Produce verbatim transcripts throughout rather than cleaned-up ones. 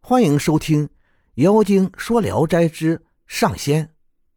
欢迎收听《妖精说聊斋之上仙》。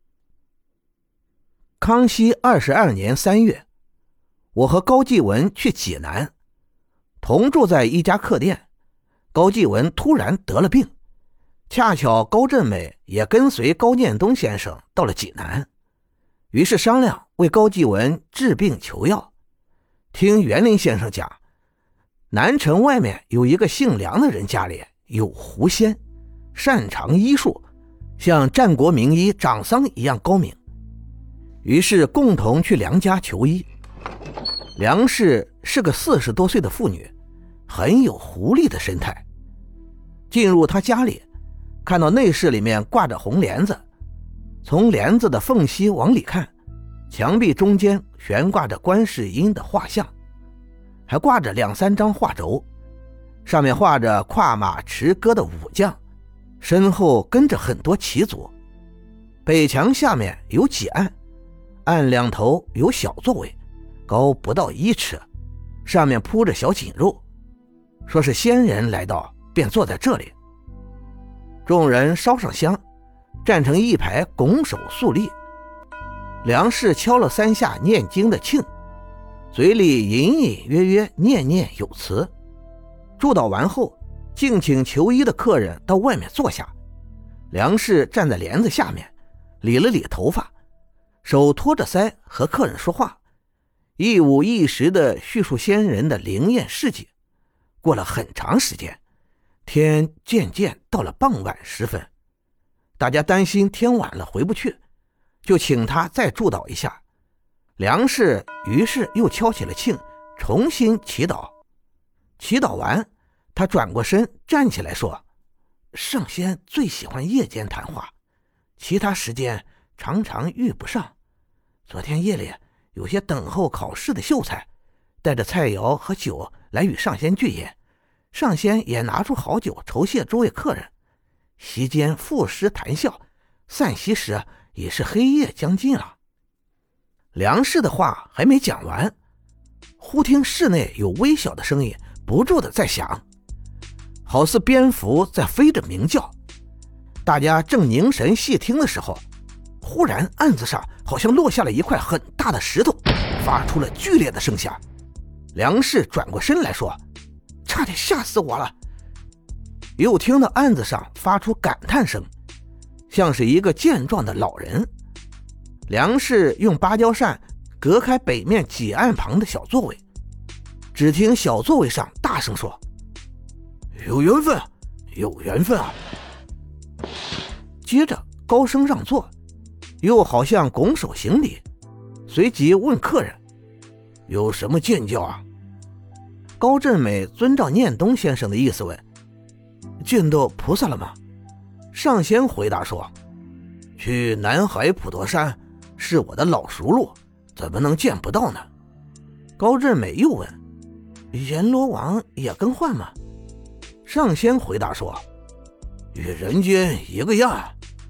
康熙二十二年三月，我和高继文去济南，同住在一家客店。高继文突然得了病，恰巧高振美也跟随高念东先生到了济南，于是商量为高继文治病求药。听园林先生讲，南城外面有一个姓梁的人，家里有狐仙，擅长医术，像战国名医长桑一样高明。于是共同去梁家求医。梁氏是个四十多岁的妇女，很有狐狸的神态。进入她家里，看到内室里面挂着红帘子，从帘子的缝隙往里看，墙壁中间悬挂着观世音的画像，还挂着两三张画轴，上面画着跨马持戈的武将，身后跟着很多旗族。北墙下面有几案，案两头有小座位，高不到一尺，上面铺着小锦肉，说是仙人来到便坐在这里。众人烧上香，站成一排，拱手肃立。梁氏敲了三下念经的磬，嘴里隐隐约约念念有词。祝祷完后，敬请求医的客人到外面坐下。梁氏站在帘子下面，理了理头发，手托着腮和客人说话，一五一十地叙述仙人的灵验事迹。过了很长时间，天渐渐到了傍晚时分，大家担心天晚了回不去，就请他再祝祷一下。梁氏于是又敲起了磬，重新祈祷。祈祷完，他转过身站起来说，上仙最喜欢夜间谈话，其他时间常常遇不上。昨天夜里有些等候考试的秀才带着菜肴和酒来与上仙聚宴，上仙也拿出好酒酬谢诸位客人。席间赋诗谈笑，散席时已是黑夜将近了。梁氏的话还没讲完，忽听室内有微小的声音不住地在响，好似蝙蝠在飞着鸣叫。大家正凝神细听的时候，忽然案子上好像落下了一块很大的石头，发出了剧烈的声响。梁氏转过身来说，差点吓死我了。又听到案子上发出感叹声，像是一个健壮的老人。梁氏用芭蕉扇隔开北面几案旁的小座位，只听小座位上大声说，有缘分，有缘分啊。接着高声让座，又好像拱手行礼，随即问客人，有什么见教啊？高振美遵照念东先生的意思问，见到菩萨了吗？上仙回答说，去南海普陀山是我的老熟路，怎么能见不到呢？高振美又问，阎罗王也更换吗？上仙回答说，与人间一个样。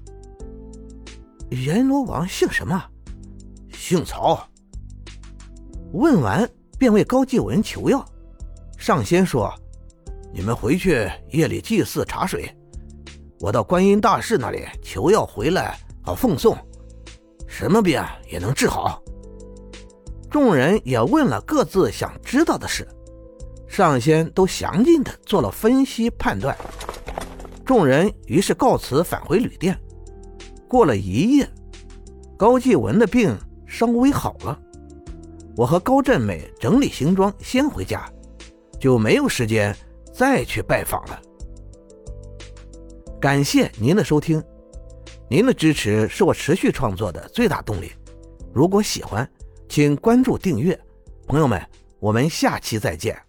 阎罗王姓什么？姓曹。问完便为高继文求药。上仙说，你们回去夜里祭祀茶水，我到观音大士那里求药回来好奉送，什么病也能治好。众人也问了各自想知道的事，上仙都详尽地做了分析判断。众人于是告辞返回旅店。过了一夜，高继文的病稍微好了，我和高振美整理行装先回家，就没有时间再去拜访了。感谢您的收听，您的支持是我持续创作的最大动力。如果喜欢，请关注订阅。朋友们，我们下期再见。